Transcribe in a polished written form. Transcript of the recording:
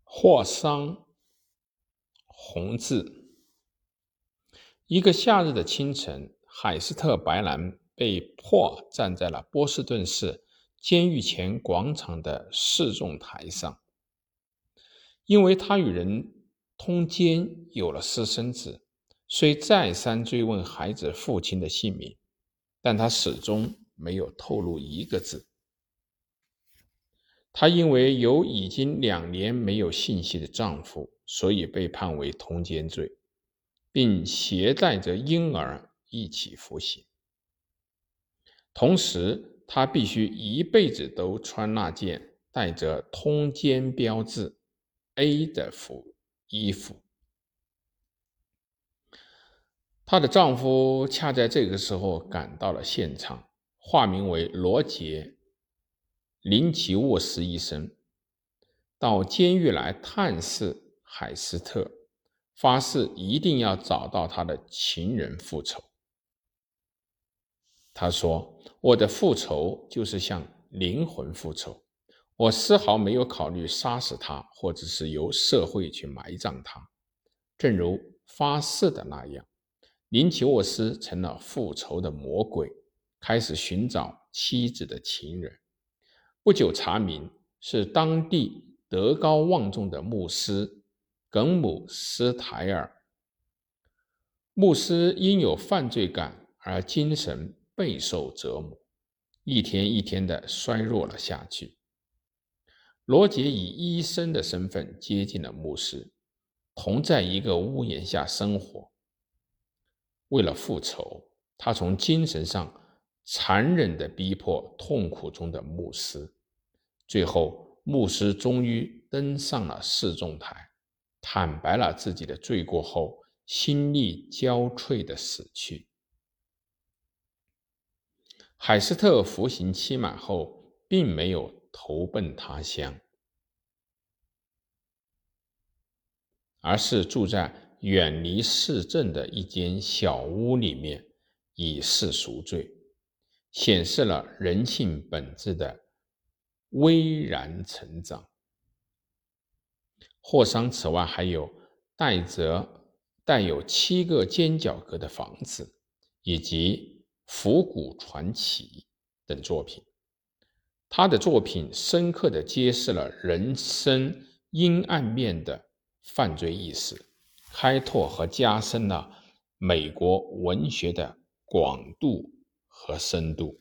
霍桑，红字。一个夏日的清晨，海斯特·白兰被迫站在了波士顿市监狱前广场的示众台上，因为他与人通奸有了私生子，虽再三追问孩子父亲的姓名，但他始终没有透露一个字。她因为有已经2年没有信息的丈夫，所以被判为通奸罪，并携带着婴儿一起服刑。同时，她必须一辈子都穿那件带着通奸标志 A 的衣服。她的丈夫恰在这个时候赶到了现场，化名为罗杰·林奇沃斯医生，到监狱来探视海斯特，发誓一定要找到他的情人复仇。他说：“我的复仇就是向灵魂复仇，我丝毫没有考虑杀死他，或者是由社会去埋葬他。正如发誓的那样，林奇沃斯成了复仇的魔鬼，开始寻找妻子的情人。不久查明是当地德高望重的牧师耿姆斯台尔。牧师因有犯罪感而精神备受折磨，一天一天地衰弱了下去。罗杰以医生的身份接近了牧师，同在一个屋檐下生活。为了复仇，他从精神上残忍地逼迫痛苦中的牧师。最后，牧师终于登上了示众台，坦白了自己的罪过后，心力交瘁地死去。海斯特服刑期满后，并没有投奔他乡，而是住在远离市镇的一间小屋里面，以示赎罪，显示了人性本质的巍然成长。霍桑此外还有带有7个尖角格的房子，以及腐骨传奇等作品。他的作品深刻地揭示了人生阴暗面的犯罪意识，开拓和加深了美国文学的广度和深度。